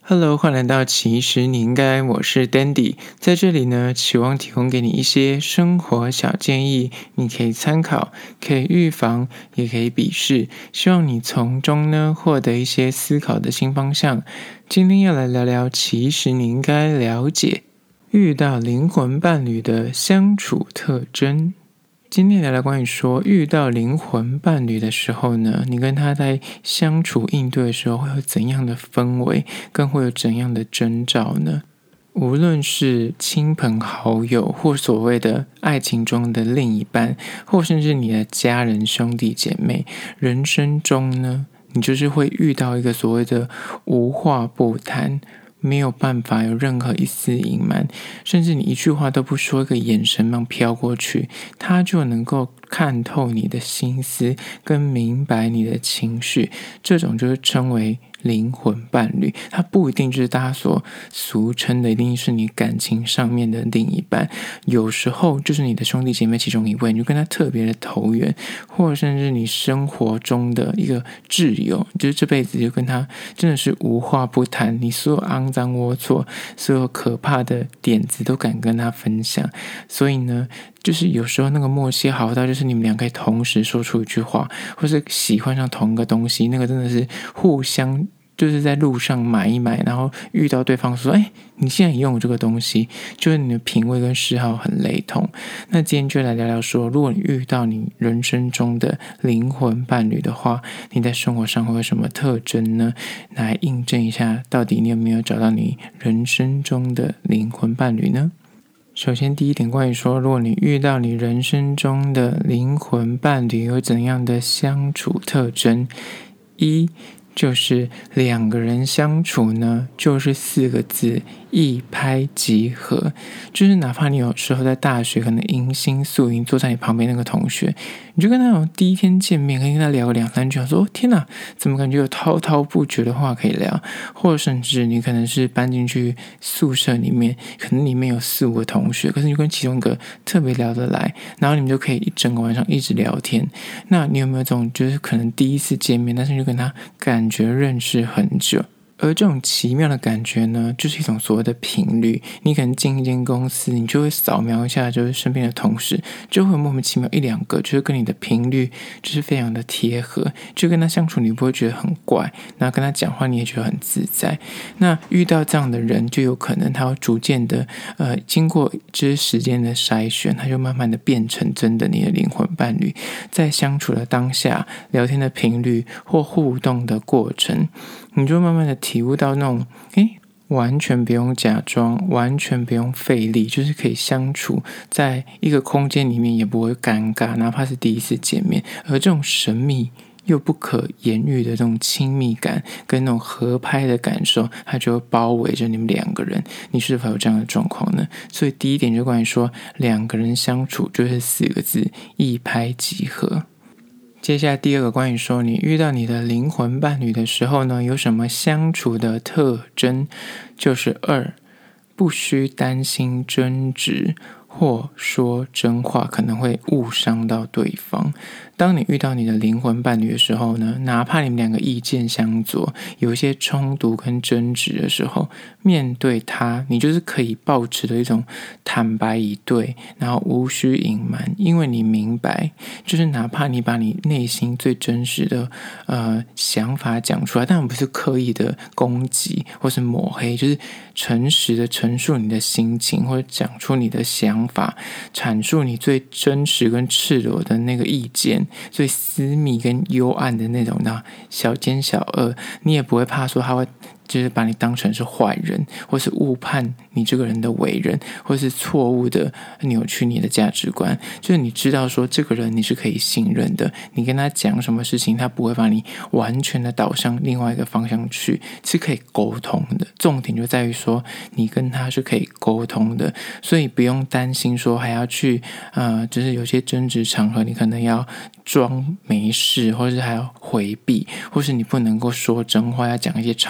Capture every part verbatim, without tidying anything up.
Hello，欢迎来到其实你应该，我是 Dandy，在这里呢，期望提供给你一些生活小建议，你可以参考，可以预防，也可以鄙视，希望你从中呢获得一些思考的新方向。今天要来聊聊，其实你应该了解遇到灵魂伴侣的相处特征。今天聊聊关于说遇到灵魂伴侣的时候呢，你跟他在相处应对的时候会有怎样的氛围，更会有怎样的征兆呢？无论是亲朋好友，或所谓的爱情中的另一半，或甚至你的家人兄弟姐妹，人生中呢，你就是会遇到一个所谓的无话不谈，没有办法有任何一丝隐瞒，甚至你一句话都不说，一个眼神那样飘过去，他就能够看透你的心思，跟明白你的情绪，这种就是称为灵魂伴侣。它不一定就是大家所俗称的一定是你感情上面的另一半，有时候就是你的兄弟姐妹其中一位，你就跟他特别的投缘，或者甚至你生活中的一个挚友，就是这辈子就跟他真的是无话不谈，你所有肮脏龌龊，所有可怕的点子都敢跟他分享。所以呢，就是有时候那个默契好到就是你们俩可以同时说出一句话，或是喜欢上同一个东西，那个真的是互相就是在路上买一买，然后遇到对方说，哎，你现在也用这个东西，就是你的品味跟嗜好很雷同。那今天就来聊聊说，如果你遇到你人生中的灵魂伴侣的话，你在生活上会有什么特征呢？来印证一下，到底你有没有找到你人生中的灵魂伴侣呢？首先第一点，关于说如果你遇到你人生中的灵魂伴侣有怎样的相处特征。一就是两个人相处呢，就是四个字，一拍即合。就是哪怕你有时候在大学可能迎新宿营坐在你旁边那个同学，你就跟他有第一天见面，可以跟他聊两三句，说天哪，怎么感觉有滔滔不绝的话可以聊？或者甚至你可能是搬进去宿舍里面，可能里面有四五个同学，可是你跟其中一个特别聊得来，然后你们就可以一整个晚上一直聊天。那你有没有这种就是可能第一次见面，但是你就跟他感觉认识很久？而这种奇妙的感觉呢，就是一种所谓的频率。你可能进一间公司，你就会扫描一下就是身边的同事，就会莫名其妙一两个就是跟你的频率就是非常的贴合，就跟他相处你不会觉得很怪，然后跟他讲话你也觉得很自在。那遇到这样的人，就有可能他会逐渐的呃，经过这时间的筛选，他就慢慢的变成真的你的灵魂伴侣。在相处的当下，聊天的频率或互动的过程，你就慢慢的体悟到那种诶完全不用假装，完全不用费力，就是可以相处在一个空间里面也不会尴尬，哪怕是第一次见面。而这种神秘又不可言喻的这种亲密感跟那种合拍的感受，它就会包围着你们两个人。你是否有这样的状况呢？所以第一点就关于说两个人相处就是四个字，一拍即合。接下来第二个，关于说你遇到你的灵魂伴侣的时候呢，有什么相处的特征？就是二，不需担心争执或说真话可能会误伤到对方。当你遇到你的灵魂伴侣的时候呢，哪怕你们两个意见相左，有一些冲突跟争执的时候，面对他，你就是可以抱持的一种坦白以对，然后无需隐瞒，因为你明白，就是哪怕你把你内心最真实的呃想法讲出来，当然不是刻意的攻击或是抹黑，就是诚实的陈述你的心情，或者讲出你的想法，阐述你最真实跟赤裸的那个意见，最私密跟幽暗的那种的小奸小恶，你也不会怕说他会就是把你当成是坏人，或是误判你这个人的为人，或是错误的扭曲你的价值观。就是你知道说这个人你是可以信任的，你跟他讲什么事情，他不会把你完全的导向另外一个方向去，是可以沟通的。重点就在于说你跟他是可以沟通的，所以不用担心说还要去呃，就是有些争执场合你可能要装没事，或是还要回避，或是你不能够说真话，要讲一些场面话。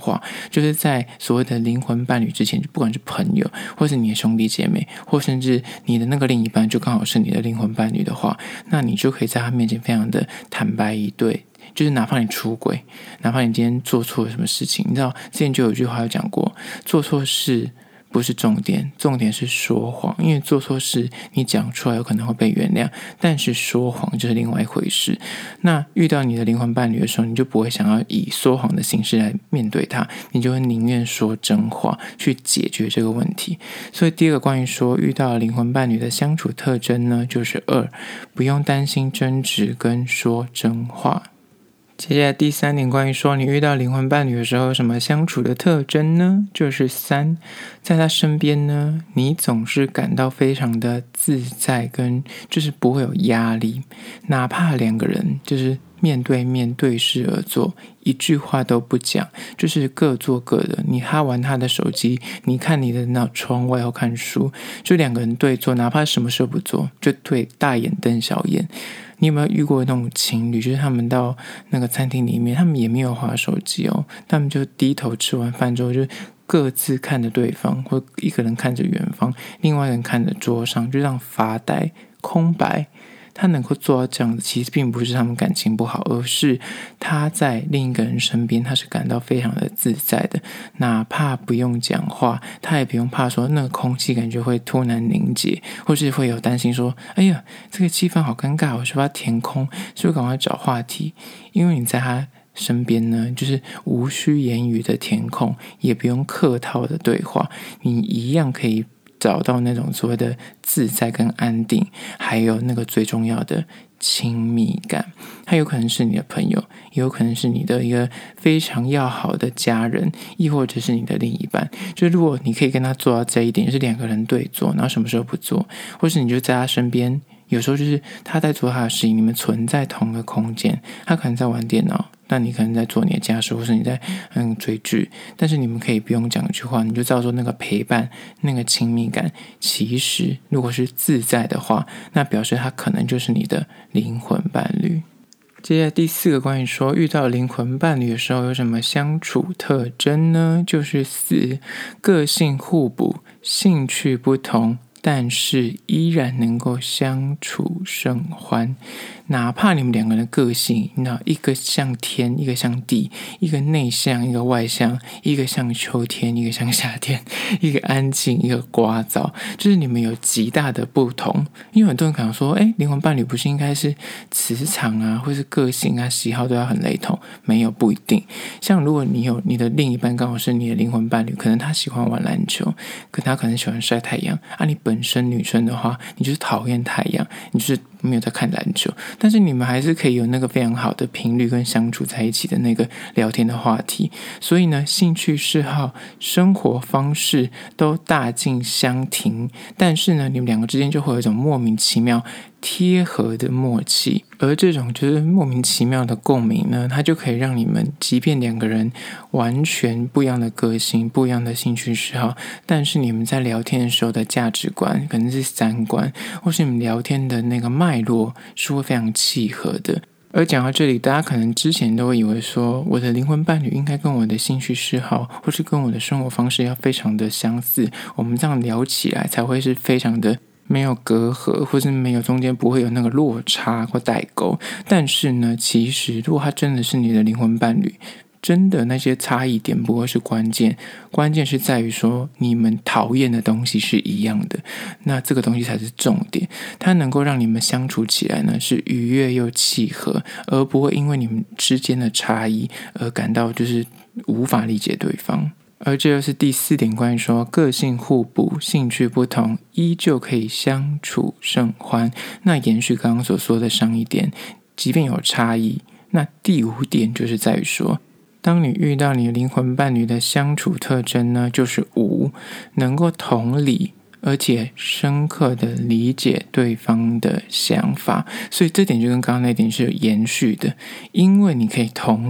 话，就是在所谓的灵魂伴侣之前，不管是朋友，或是你的兄弟姐妹，或甚至你的那个另一半就刚好是你的灵魂伴侣的话，那你就可以在他面前非常的坦白以对。就是哪怕你出轨，哪怕你今天做错了什么事情，你知道之前就有一句话有讲过，做错事不是重点，重点是说谎。因为做错事你讲出来有可能会被原谅，但是说谎就是另外一回事。那遇到你的灵魂伴侣的时候，你就不会想要以说谎的形式来面对他，你就会宁愿说真话去解决这个问题。所以第二个关于说遇到灵魂伴侣的相处特征呢，就是二，不用担心争执跟说真话。接下来第三点，关于说你遇到灵魂伴侣的时候有什么相处的特征呢？就是三，在他身边呢，你总是感到非常的自在，跟就是不会有压力，哪怕两个人就是面对面对视而坐，一句话都不讲，就是各做各的，你他玩他的手机，你看你的那窗外要看书，就两个人对坐，哪怕什么事不做，就对大眼瞪小眼。你有没有遇过那种情侣，就是他们到那个餐厅里面，他们也没有滑手机哦，他们就低头吃完饭之后就各自看着对方，或一个人看着远方，另外一个人看着桌上，就这样发呆空白。他能够做到这样子，其实并不是他们感情不好，而是他在另一个人身边，他是感到非常的自在的，哪怕不用讲话，他也不用怕说那个空气感觉会突然凝结，或是会有担心说，哎呀，这个气氛好尴尬，我是不是要填空，是不是赶快找话题？因为你在他身边呢，就是无需言语的填空，也不用客套的对话，你一样可以找到那种所谓的自在跟安定，还有那个最重要的亲密感。它有可能是你的朋友，也有可能是你的一个非常要好的家人，亦或者是你的另一半。就如果你可以跟他做到这一点，就是两个人对坐，然后什么时候不做，或是你就在他身边，有时候就是他在做他的事情，你们存在同一个空间，他可能在玩电脑，那你可能在做你的家事，或是你在嗯追剧，但是你们可以不用讲一句话，你就知道说那个陪伴、那个亲密感，其实如果是自在的话，那表示他可能就是你的灵魂伴侣。接下来第四个，关于说遇到灵魂伴侣的时候有什么相处特征呢？就是四，个性互补，兴趣不同，但是依然能够相处甚欢。哪怕你们两个人的个性，那一个像天，一个像地，一个内向，一个外向，一个像秋天，一个像夏天，一个安静，一个聒噪，就是你们有极大的不同。因为很多人可能说，哎，灵魂伴侣不是应该是磁场啊，或是个性啊、喜好都要很雷同？没有，不一定。像如果你有你的另一半刚好是你的灵魂伴侣，可能他喜欢玩篮球，可他可能喜欢晒太阳啊。你本身女生的话，你就是讨厌太阳，你就是没有在看篮球，但是你们还是可以有那个非常好的频率跟相处在一起的那个聊天的话题。所以呢，兴趣嗜好、生活方式都大近相庭，但是呢，你们两个之间就会有一种莫名其妙贴合的默契，而这种就是莫名其妙的共鸣呢，它就可以让你们即便两个人完全不一样的个性、不一样的兴趣嗜好，但是你们在聊天的时候的价值观可能是三观，或是你们聊天的那个脉络是会非常契合的。而讲到这里，大家可能之前都会以为说，我的灵魂伴侣应该跟我的兴趣嗜好或是跟我的生活方式要非常的相似，我们这样聊起来才会是非常的没有隔阂，或是没有中间不会有那个落差或代沟。但是呢，其实如果他真的是你的灵魂伴侣，真的那些差异点不会是关键，关键是在于说你们讨厌的东西是一样的，那这个东西才是重点。它能够让你们相处起来呢是愉悦又契合，而不会因为你们之间的差异而感到就是无法理解对方。而这就是第四点，关于说个性互补、兴趣不同，依旧可以相处甚欢。那延续刚刚所说的上一点，即便有差异，那第五点就是在于说，当你遇到你灵魂伴侣的相处特征呢，就是五，能够同理而且深刻的理解对方的想法。所以这点就跟刚刚那点是有延续的，因为你可以同理，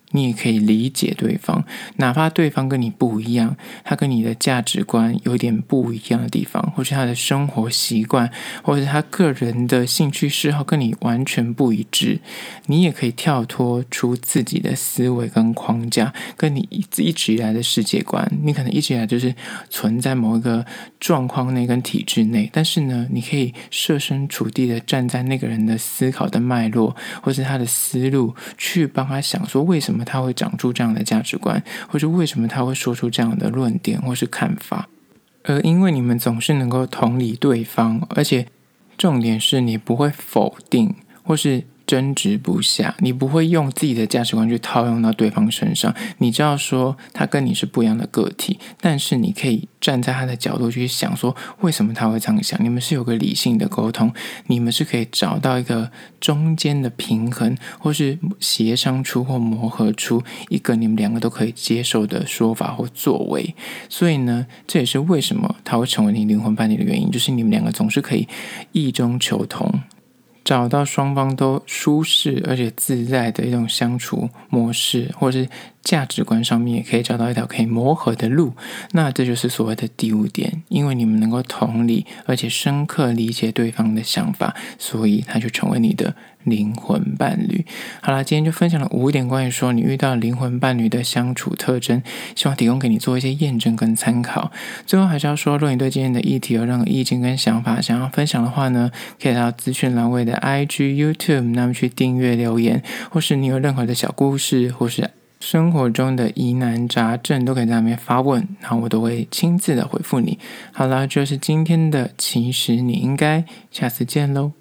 你也可以理解对方，哪怕对方跟你不一样，他跟你的价值观有点不一样的地方，或是他的生活习惯，或是他个人的兴趣嗜好跟你完全不一致，你也可以跳脱出自己的思维跟框架，跟你一直以来的世界观，你可能一直以来就是存在某一个状况内跟体制内，但是呢，你可以设身处地的站在那个人的思考的脉络，或是他的思路，去帮他想说为什么他会长出这样的价值观，或是为什么他会说出这样的论点或是看法。而因为你们总是能够同理对方，而且重点是你不会否定或是争执不下，你不会用自己的价值观去套用到对方身上。你知道说他跟你是不一样的个体，但是你可以站在他的角度去想说为什么他会这样想，你们是有个理性的沟通，你们是可以找到一个中间的平衡，或是协商出或磨合出一个你们两个都可以接受的说法或作为。所以呢，这也是为什么他会成为你灵魂伴侣的原因，就是你们两个总是可以异中求同，找到双方都舒适而且自在的一种相处模式，或是价值观上面也可以找到一条可以磨合的路。那这就是所谓的第五点，因为你们能够同理而且深刻理解对方的想法，所以他就成为你的灵魂伴侣。好啦，今天就分享了五点关于说你遇到灵魂伴侣的相处特征，希望提供给你做一些验证跟参考。最后还是要说，如果你对今天的议题有任何意见跟想法想要分享的话呢，可以到资讯栏位的 I G、YouTube 那么去订阅留言，或是你有任何的小故事或是生活中的疑难杂症都可以在那边发问，然后我都会亲自的回复你。好啦，就是今天的其实你应该，下次见咯。